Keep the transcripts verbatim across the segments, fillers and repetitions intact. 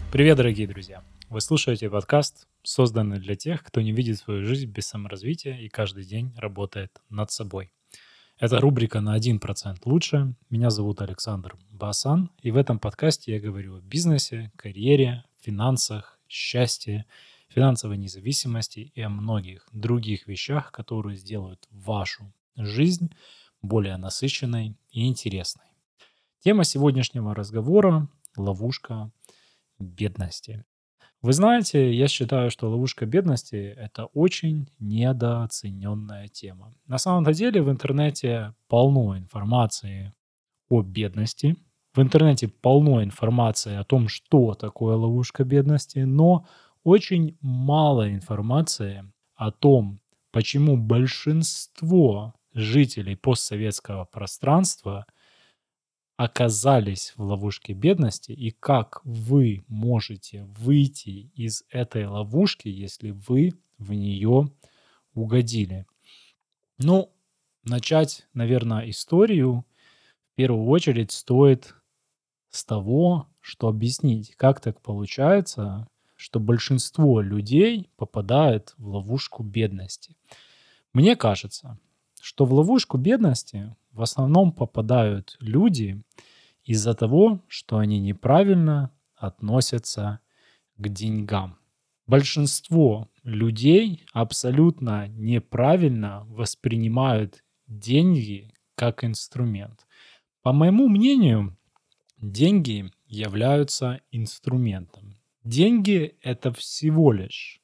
Привет, дорогие друзья! Вы слушаете подкаст, созданный для тех, кто не видит свою жизнь без саморазвития и каждый день работает над собой. Это рубрика «На один процент лучше». Меня зовут Александр Басан, и в этом подкасте я говорю о бизнесе, карьере, финансах, счастье, финансовой независимости и о многих других вещах, которые сделают вашу жизнь более насыщенной и интересной. Тема сегодняшнего разговора – ловушка бедности. Вы знаете, я считаю, что ловушка бедности– это очень недооцененная тема. На самом-то деле в интернете полно информации о бедности. В интернете полно информации о том, что такое ловушка бедности, но очень мало информации о том, почему большинство жителей постсоветского пространства оказались в ловушке бедности и как вы можете выйти из этой ловушки, если вы в нее угодили. Ну, начать, наверное, историю в первую очередь стоит с того, что объяснить, как так получается, что большинство людей попадает в ловушку бедности. Мне кажется, что в ловушку бедности в основном попадают люди из-за того, что они неправильно относятся к деньгам. Большинство людей абсолютно неправильно воспринимают деньги как инструмент. По моему мнению, деньги являются инструментом. Деньги– это всего лишь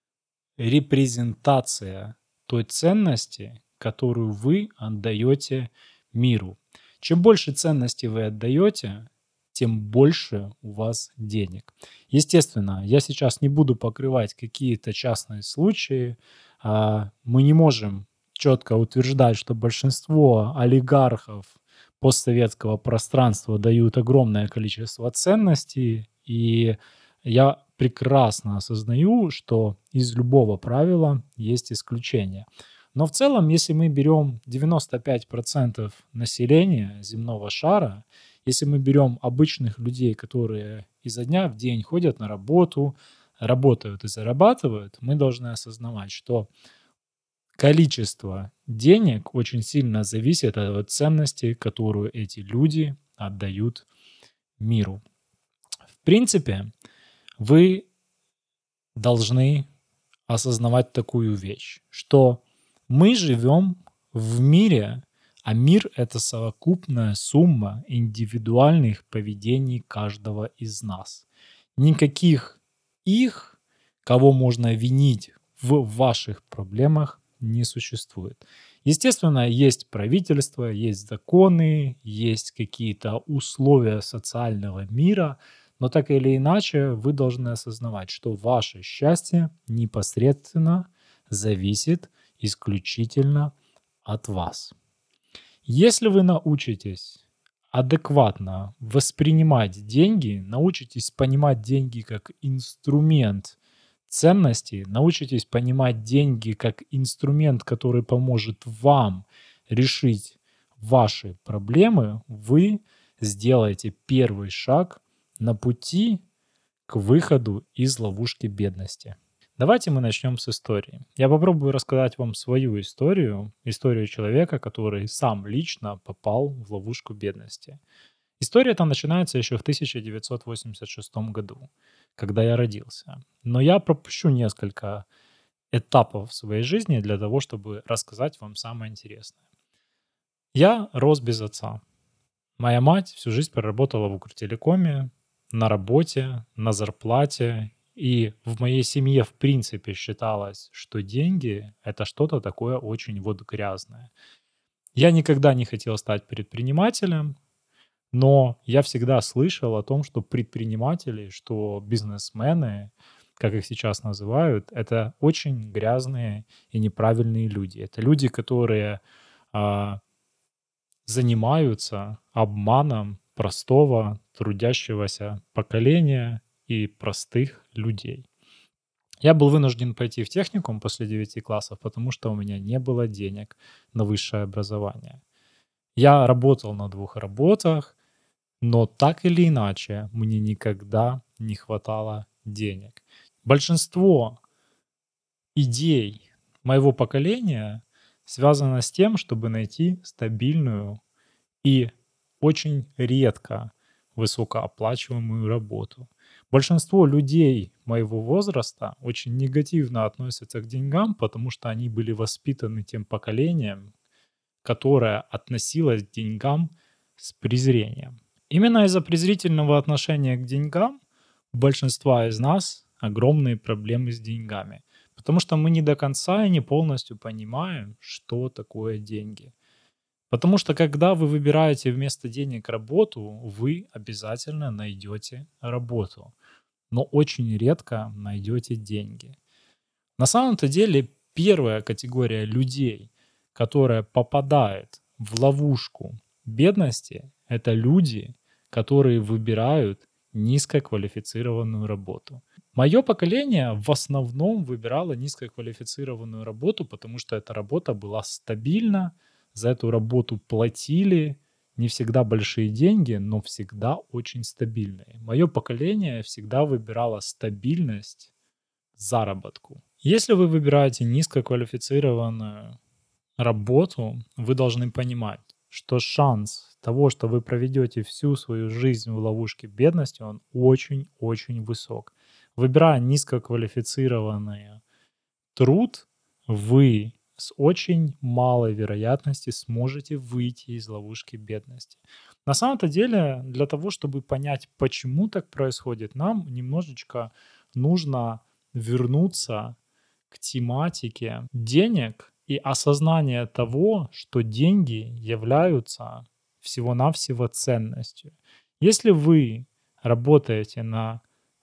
репрезентация той ценности, которую вы отдаете миру. Чем больше ценностей вы отдаете, тем больше у вас денег. Естественно, я сейчас не буду покрывать какие-то частные случаи. Мы не можем четко утверждать, что большинство олигархов постсоветского пространства дают огромное количество ценностей. И я прекрасно осознаю, что из любого правила есть исключение. Но в целом, если мы берем девяносто пять процентов населения земного шара, если мы берем обычных людей, которые изо дня в день ходят на работу, работают и зарабатывают, мы должны осознавать, что количество денег очень сильно зависит от ценности, которую эти люди отдают миру. В принципе, вы должны осознавать такую вещь, что мы живем в мире, а мир – это совокупная сумма индивидуальных поведений каждого из нас. Никаких их, кого можно винить в ваших проблемах, не существует. Естественно, есть правительство, есть законы, есть какие-то условия социального мира, но так или иначе вы должны осознавать, что ваше счастье непосредственно зависит исключительно от вас. Если вы научитесь адекватно воспринимать деньги, научитесь понимать деньги как инструмент ценностей, научитесь понимать деньги как инструмент, который поможет вам решить ваши проблемы, вы сделаете первый шаг на пути к выходу из ловушки бедности. Давайте мы начнем с истории. Я попробую рассказать вам свою историю, историю человека, который сам лично попал в ловушку бедности. История эта начинается еще в тысяча девятьсот восемьдесят шестом году, когда я родился. Но я пропущу несколько этапов в своей жизни для того, чтобы рассказать вам самое интересное. Я рос без отца. Моя мать всю жизнь проработала в Укртелекоме, на работе, на зарплате. И в моей семье в принципе считалось, что деньги– это что-то такое очень вот грязное. Я никогда не хотел стать предпринимателем, но я всегда слышал о том, что предприниматели, что бизнесмены, как их сейчас называют, это очень грязные и неправильные люди. Это люди, которые а, занимаются обманом простого трудящегося поколения и простых людей. Я был вынужден пойти в техникум после девяти классов, потому что у меня не было денег на высшее образование. Я работал на двух работах, но так или иначе мне никогда не хватало денег. Большинство идей моего поколения связано с тем, чтобы найти стабильную и очень редко высокооплачиваемую работу. Большинство людей моего возраста очень негативно относятся к деньгам, потому что они были воспитаны тем поколением, которое относилось к деньгам с презрением. Именно из-за презрительного отношения к деньгам у большинства из нас огромные проблемы с деньгами, потому что мы не до конца и не полностью понимаем, что такое деньги. Потому что когда вы выбираете вместо денег работу, вы обязательно найдете работу, но очень редко найдете деньги. На самом-то деле первая категория людей, которая попадает в ловушку бедности, это люди, которые выбирают низкоквалифицированную работу. Мое поколение в основном выбирало низкоквалифицированную работу, потому что эта работа была стабильна, за эту работу платили, не всегда большие деньги, но всегда очень стабильные. Мое поколение всегда выбирало стабильность заработку. Если вы выбираете низкоквалифицированную работу, вы должны понимать, что шанс того, что вы проведете всю свою жизнь в ловушке бедности, он очень-очень высок. Выбирая низкоквалифицированный труд, вы с очень малой вероятностью сможете выйти из ловушки бедности. На самом-то деле, для того, чтобы понять, почему так происходит, нам немножечко нужно вернуться к тематике денег и осознания того, что деньги являются всего-навсего ценностью. Если вы работаете на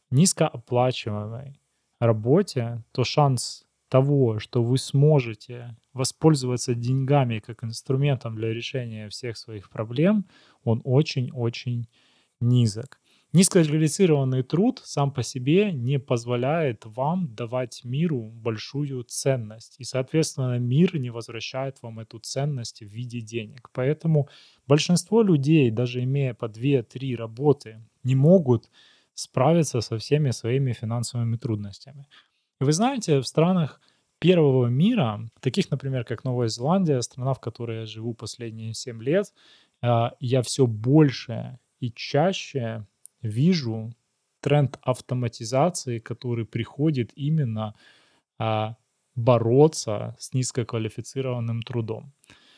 низкооплачиваемой работе, то шанс того, что вы сможете воспользоваться деньгами как инструментом для решения всех своих проблем, он очень-очень низок. Низкоквалифицированный труд сам по себе не позволяет вам давать миру большую ценность. И, соответственно, мир не возвращает вам эту ценность в виде денег. Поэтому большинство людей, даже имея по две-три работы, не могут справиться со всеми своими финансовыми трудностями. И вы знаете, в странах первого мира, таких, например, как Новая Зеландия, страна, в которой я живу последние семь лет, а, я все больше и чаще вижу тренд автоматизации, который приходит именно а, бороться с низкоквалифицированным трудом.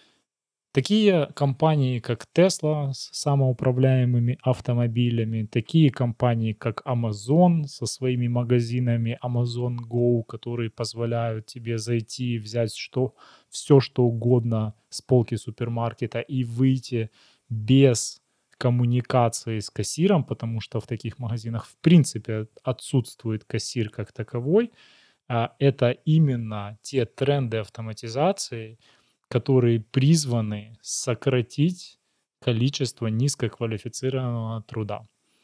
Такие компании, как Tesla с самоуправляемыми автомобилями, такие компании, как Amazon со своими магазинами Amazon Go, которые позволяют тебе зайти и взять что, все, что угодно с полки супермаркета и выйти без коммуникации с кассиром, потому что в таких магазинах в принципе отсутствует кассир как таковой. А Это именно те тренды автоматизации, которые призваны сократить количество низкоквалифицированного труда.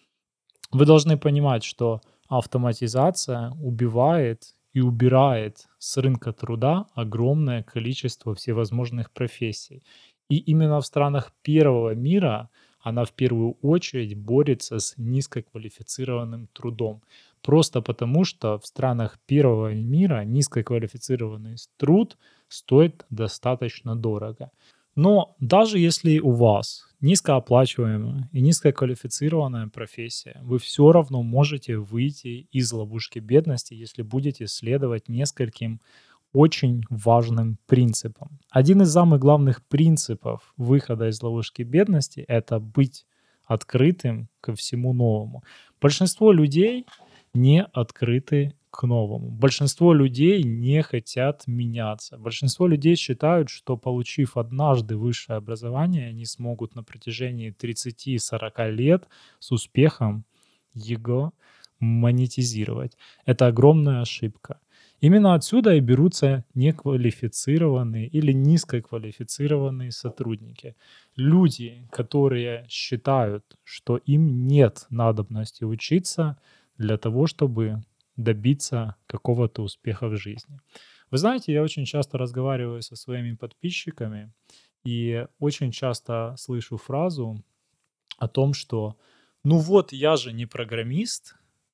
Вы должны понимать, что автоматизация убивает и убирает с рынка труда огромное количество всевозможных профессий. И именно в странах первого мира она в первую очередь борется с низкоквалифицированным трудом. Просто потому, что в странах первого мира низкоквалифицированный труд стоит достаточно дорого. Но даже если у вас низкооплачиваемая и низкоквалифицированная профессия, вы все равно можете выйти из ловушки бедности, если будете следовать нескольким очень важным принципам. Один из самых главных принципов выхода из ловушки бедности — это быть открытым ко всему новому. Большинство людей не открыты к новому. Большинство людей не хотят меняться. Большинство людей считают, что, получив однажды высшее образование, они смогут на протяжении тридцати-сорока лет с успехом его монетизировать. Это огромная ошибка. Именно отсюда и берутся неквалифицированные или низкоквалифицированные сотрудники. Люди, которые считают, что им нет надобности учиться для того, чтобы добиться какого-то успеха в жизни. Вы знаете, я очень часто разговариваю со своими подписчиками и очень часто слышу фразу о том, что «ну вот, я же не программист,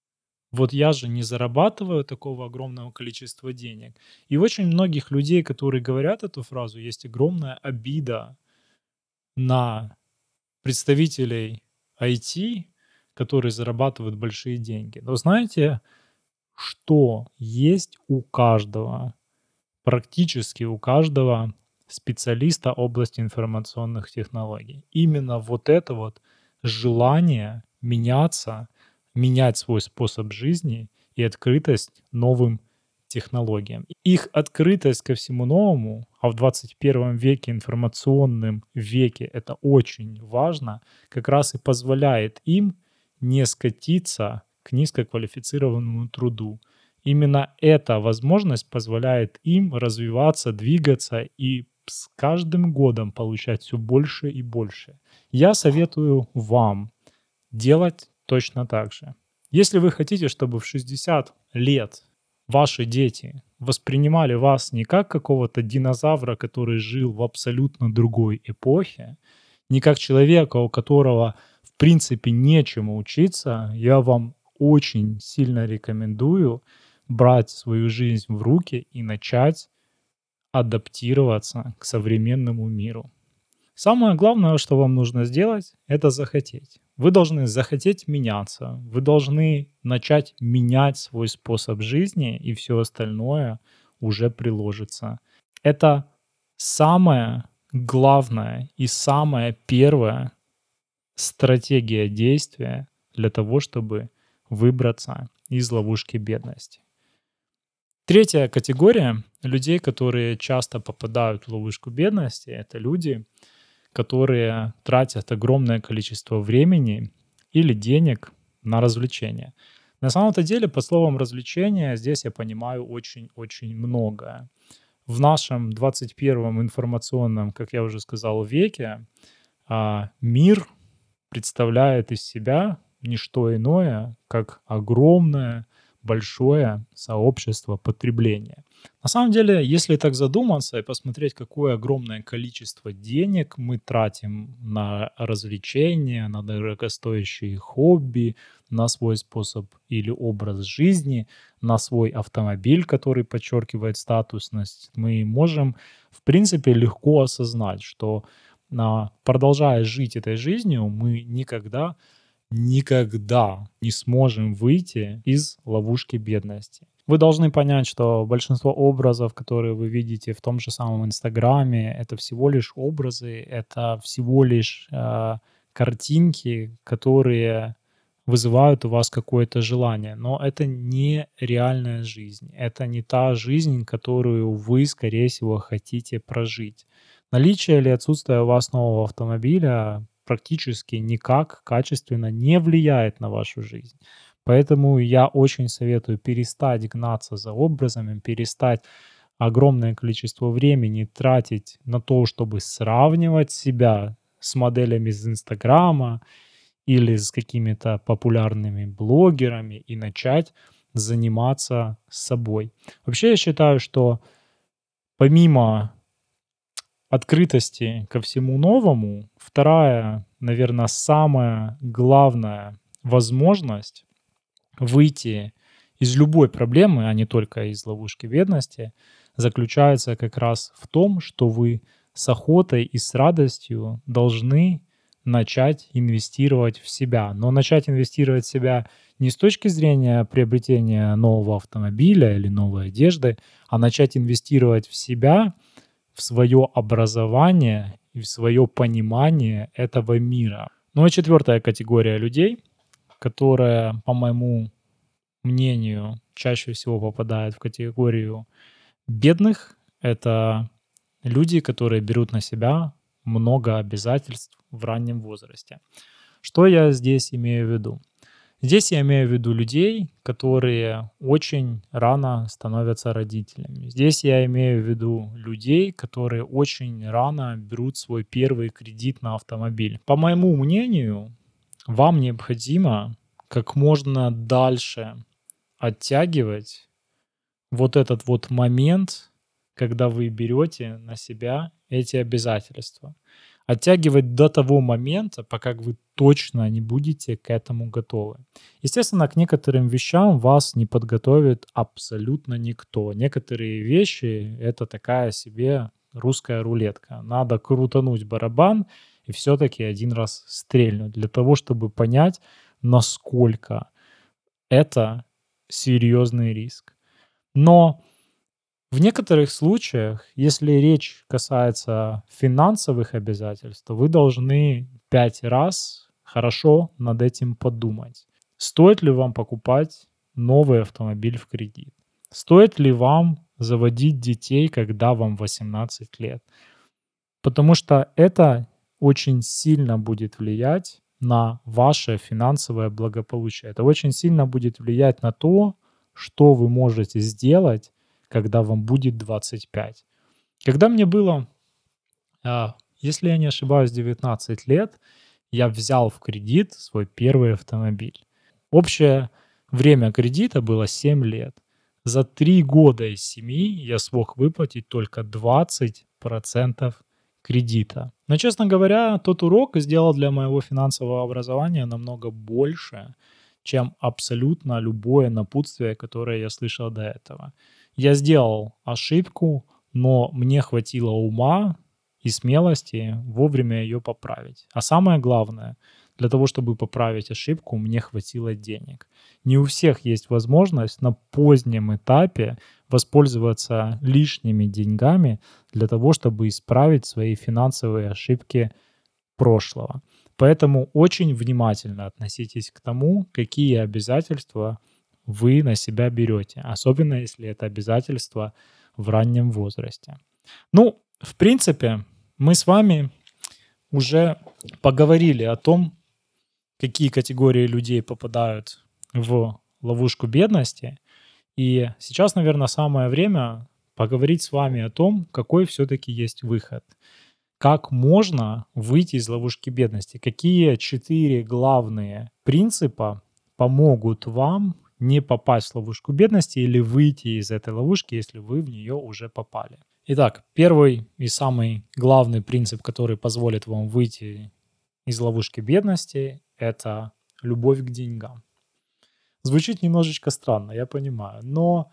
Вот я же не зарабатываю такого огромного количества денег. И у очень многих людей, которые говорят эту фразу, есть огромная обида на представителей ай ти, которые зарабатывают большие деньги. Но знаете, что есть у каждого, практически у каждого специалиста области информационных технологий? Именно вот это вот желание меняться, менять свой способ жизни и открытость новым технологиям. Их открытость ко всему новому, а в двадцать первом веке, информационном веке, это очень важно, как раз и позволяет им не скатиться к низкоквалифицированному труду. Именно эта возможность позволяет им развиваться, двигаться и с каждым годом получать все больше и больше. Я советую вам делать точно так же. Если вы хотите, чтобы в шестьдесят лет ваши дети воспринимали вас не как какого-то динозавра, который жил в абсолютно другой эпохе, не как человека, у которого в принципе нечему учиться, я вам очень сильно рекомендую брать свою жизнь в руки и начать адаптироваться к современному миру. Самое главное, что вам нужно сделать, это захотеть. Вы должны захотеть меняться, вы должны начать менять свой способ жизни, и все остальное уже приложится. Это самое главное и самая первая стратегия действия для того, чтобы выбраться из ловушки бедности. Третья категория людей, которые часто попадают в ловушку бедности, это люди, которые тратят огромное количество времени или денег на развлечения. На самом-то деле, под словом развлечения здесь я понимаю очень-очень многое. В нашем двадцать первом информационном, как я уже сказал, веке а, мир представляет из себя не что иное, как огромное, большое сообщество потребления. На самом деле, если так задуматься и посмотреть, какое огромное количество денег мы тратим на развлечения, на дорогостоящие хобби, на свой способ или образ жизни, на свой автомобиль, который подчеркивает статусность, мы можем, в принципе, легко осознать, что на, продолжая жить этой жизнью, мы никогда, никогда не сможем выйти из ловушки бедности. Вы должны понять, что большинство образов, которые вы видите в том же самом Инстаграме, это всего лишь образы, это всего лишь э, картинки, которые вызывают у вас какое-то желание. Но это не реальная жизнь. Это не та жизнь, которую вы, скорее всего, хотите прожить. Наличие или отсутствие у вас нового автомобиля практически никак качественно не влияет на вашу жизнь. Поэтому я очень советую перестать гнаться за образами, перестать огромное количество времени тратить на то, чтобы сравнивать себя с моделями из Инстаграма или с какими-то популярными блогерами и начать заниматься собой. Вообще я считаю, что помимо открытости ко всему новому, вторая, наверное, самая главная возможность выйти из любой проблемы, а не только из ловушки бедности, заключается как раз в том, что вы с охотой и с радостью должны начать инвестировать в себя. Но начать инвестировать в себя не с точки зрения приобретения нового автомобиля или новой одежды, а начать инвестировать в себя, в свое образование и в свое понимание этого мира. Ну и четвертая категория людей, которая, по моему мнению, чаще всего попадает в категорию бедных, это люди, которые берут на себя много обязательств в раннем возрасте. Что я здесь имею в виду? Здесь я имею в виду людей, которые очень рано становятся родителями. Здесь я имею в виду людей, которые очень рано берут свой первый кредит на автомобиль. По моему мнению, вам необходимо как можно дальше оттягивать вот этот вот момент, когда вы берете на себя эти обязательства. оттягивать до того момента, пока вы точно не будете к этому готовы. Естественно, к некоторым вещам вас не подготовит абсолютно никто. Некоторые вещи — это такая себе русская рулетка. Надо крутануть барабан и все-таки один раз стрельнуть для того, чтобы понять, насколько это серьезный риск. Но в некоторых случаях, если речь касается финансовых обязательств, то вы должны пять раз хорошо над этим подумать. Стоит ли вам покупать новый автомобиль в кредит? Стоит ли вам заводить детей, когда вам восемнадцать лет? Потому что это очень сильно будет влиять на ваше финансовое благополучие. Это очень сильно будет влиять на то, что вы можете сделать, когда вам будет двадцать пять. Когда мне было, а, если я не ошибаюсь, девятнадцать лет, я взял в кредит свой первый автомобиль. Общее время кредита было семь лет. За три года из семи я смог выплатить только двадцать процентов кредита. Но, честно говоря, тот урок сделал для моего финансового образования намного больше, чем абсолютно любое напутствие, которое я слышал до этого. Я сделал ошибку, но мне хватило ума и смелости вовремя ее поправить. А самое главное, для того, чтобы поправить ошибку, мне хватило денег. Не у всех есть возможность на позднем этапе воспользоваться лишними деньгами для того, чтобы исправить свои финансовые ошибки прошлого. Поэтому очень внимательно относитесь к тому, какие обязательства вы на себя берете, особенно если это обязательства в раннем возрасте. Ну, в принципе, мы с вами уже поговорили о том, какие категории людей попадают в ловушку бедности. И сейчас, наверное, самое время поговорить с вами о том, какой все-таки есть выход. Как можно выйти из ловушки бедности? Какие четыре главные принципа помогут вам не попасть в ловушку бедности или выйти из этой ловушки, если вы в нее уже попали? Итак, первый и самый главный принцип, который позволит вам выйти из ловушки бедности, это любовь к деньгам. Звучит немножечко странно, я понимаю, но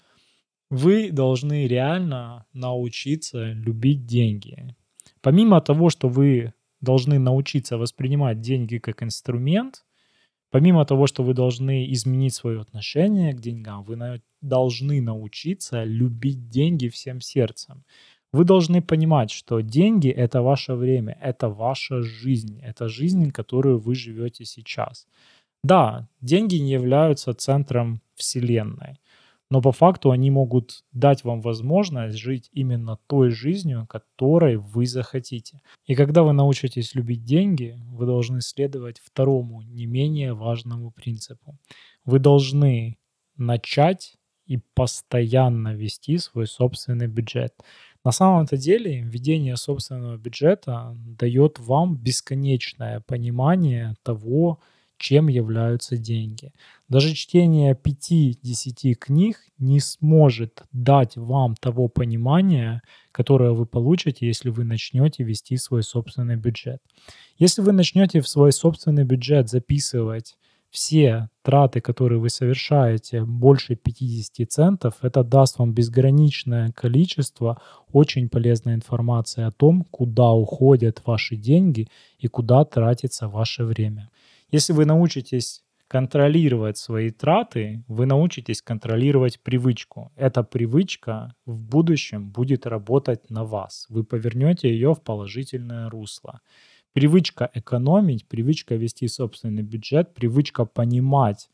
вы должны реально научиться любить деньги. Помимо того, что вы должны научиться воспринимать деньги как инструмент, помимо того, что вы должны изменить свое отношение к деньгам, вы на- должны научиться любить деньги всем сердцем. Вы должны понимать, что деньги — это ваше время, это ваша жизнь, это жизнь, которую вы живете сейчас. Да, деньги не являются центром вселенной, но по факту они могут дать вам возможность жить именно той жизнью, которой вы захотите. И когда вы научитесь любить деньги, вы должны следовать второму, не менее важному принципу. Вы должны начать и постоянно вести свой собственный бюджет. На самом-то деле ведение собственного бюджета дает вам бесконечное понимание того, чем являются деньги. Даже чтение пяти-десяти книг не сможет дать вам того понимания, которое вы получите, если вы начнете вести свой собственный бюджет. Если вы начнете в свой собственный бюджет записывать все траты, которые вы совершаете, больше пятидесяти центов, это даст вам безграничное количество очень полезной информации о том, куда уходят ваши деньги и куда тратится ваше время. Если вы научитесь контролировать свои траты, вы научитесь контролировать привычку. Эта привычка в будущем будет работать на вас. Вы повернете ее в положительное русло. Привычка экономить, привычка вести собственный бюджет, привычка понимать,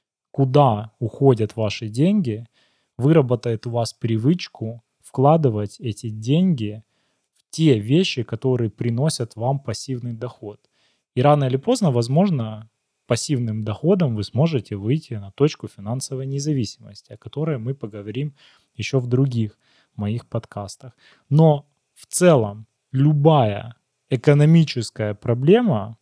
куда уходят ваши деньги, выработает у вас привычку вкладывать эти деньги в те вещи, которые приносят вам пассивный доход. И рано или поздно, возможно, пассивным доходом вы сможете выйти на точку финансовой независимости, о которой мы поговорим еще в других моих подкастах. Но в целом любая экономическая проблема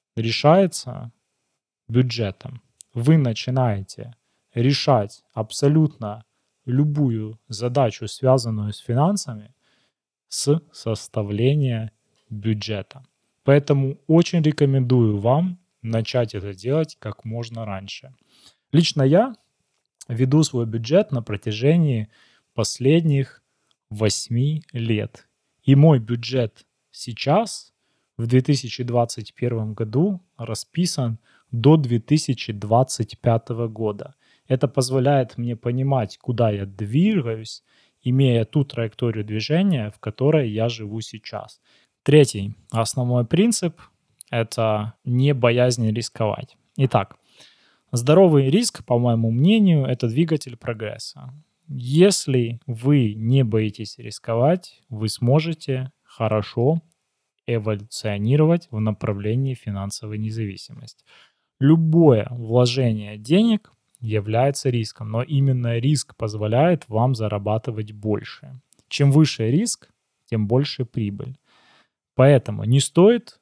решается бюджетом. Вы начинаете решать абсолютно любую задачу, связанную с финансами, с составления бюджета. Поэтому очень рекомендую вам начать это делать как можно раньше. Лично я веду свой бюджет на протяжении последних восьми лет. И мой бюджет сейчас, в две тысячи двадцать первом году, расписан до две тысячи двадцать пятого года. Это позволяет мне понимать, куда я двигаюсь, имея ту траекторию движения, в которой я живу сейчас. Третий основной принцип – это не боязнь рисковать. Итак, здоровый риск, по моему мнению, это двигатель прогресса. Если вы не боитесь рисковать, вы сможете хорошо эволюционировать в направлении финансовой независимости. Любое вложение денег является риском, но именно риск позволяет вам зарабатывать больше. Чем выше риск, тем больше прибыль. Поэтому не стоит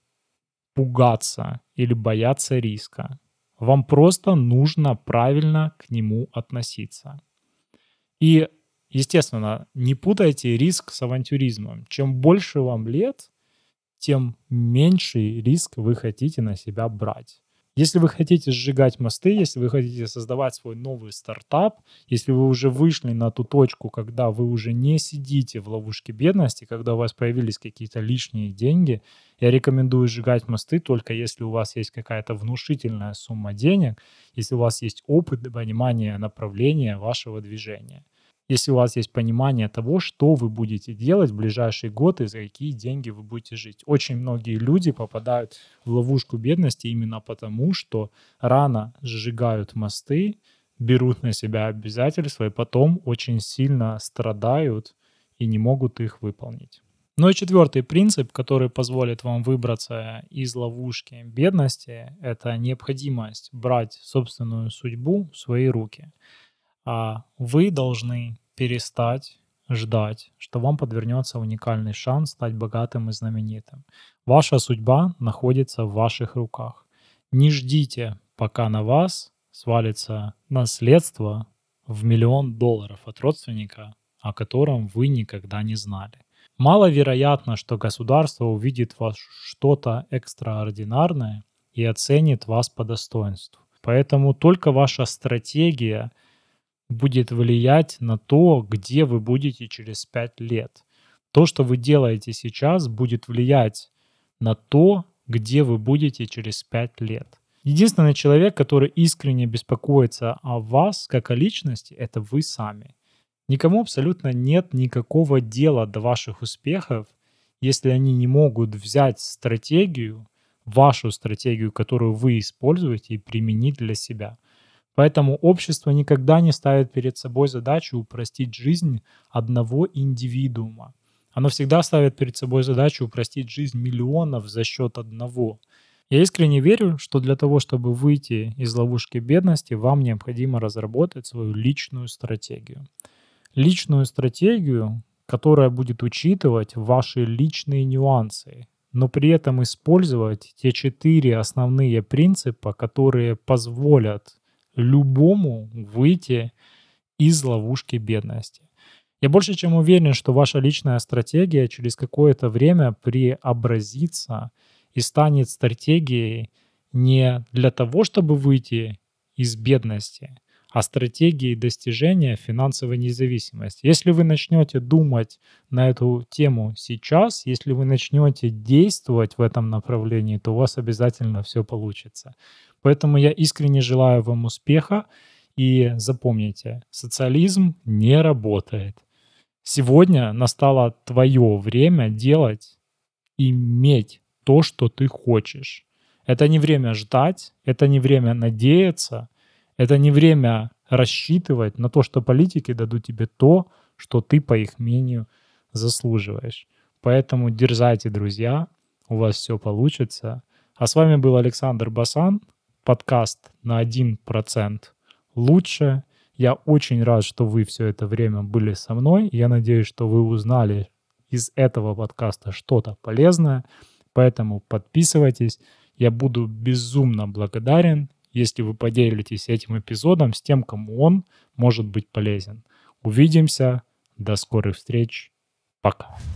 пугаться или бояться риска. Вам просто нужно правильно к нему относиться. И, естественно, не путайте риск с авантюризмом. Чем больше вам лет, тем меньший риск вы хотите на себя брать. Если вы хотите сжигать мосты, если вы хотите создавать свой новый стартап, если вы уже вышли на ту точку, когда вы уже не сидите в ловушке бедности, когда у вас появились какие-то лишние деньги, я рекомендую сжигать мосты только если у вас есть какая-то внушительная сумма денег, если у вас есть опыт и понимание направления вашего движения. Если у вас есть понимание того, что вы будете делать в ближайший год и за какие деньги вы будете жить. Очень многие люди попадают в ловушку бедности именно потому, что рано сжигают мосты, берут на себя обязательства и потом очень сильно страдают и не могут их выполнить. Ну и четвертый принцип, который позволит вам выбраться из ловушки бедности, это необходимость брать собственную судьбу в свои руки. А вы должны перестать ждать, что вам подвернется уникальный шанс стать богатым и знаменитым. Ваша судьба находится в ваших руках. Не ждите, пока на вас свалится наследство в миллион долларов от родственника, о котором вы никогда не знали. Маловероятно, что государство увидит в вас что-то экстраординарное и оценит вас по достоинству. Поэтому только ваша стратегия будет влиять на то, где вы будете через пять лет. То, что вы делаете сейчас, будет влиять на то, где вы будете через пять лет. Единственный человек, который искренне беспокоится о вас, как о личности, это вы сами. Никому абсолютно нет никакого дела до ваших успехов, если они не могут взять стратегию, вашу стратегию, которую вы используете, и применить для себя. Поэтому общество никогда не ставит перед собой задачу упростить жизнь одного индивидуума. Оно всегда ставит перед собой задачу упростить жизнь миллионов за счет одного. Я искренне верю, что для того, чтобы выйти из ловушки бедности, вам необходимо разработать свою личную стратегию. Личную стратегию, которая будет учитывать ваши личные нюансы, но при этом использовать те четыре основные принципа, которые позволят любому выйти из ловушки бедности. Я больше чем уверен, что ваша личная стратегия через какое-то время преобразится и станет стратегией не для того, чтобы выйти из бедности, а стратегией достижения финансовой независимости. Если вы начнете думать на эту тему сейчас, если вы начнете действовать в этом направлении, то у вас обязательно все получится. Поэтому я искренне желаю вам успеха и запомните, социализм не работает. Сегодня настало твое время делать, иметь то, что ты хочешь. Это не время ждать, это не время надеяться, это не время рассчитывать на то, что политики дадут тебе то, что ты, по их мнению, заслуживаешь. Поэтому дерзайте, друзья, у вас все получится. А с вами был Александр Басан, подкаст на один процент лучше. Я очень рад, что вы все это время были со мной. Я надеюсь, что вы узнали из этого подкаста что-то полезное. Поэтому подписывайтесь. Я буду безумно благодарен, если вы поделитесь этим эпизодом с тем, кому он может быть полезен. Увидимся. До скорых встреч. Пока.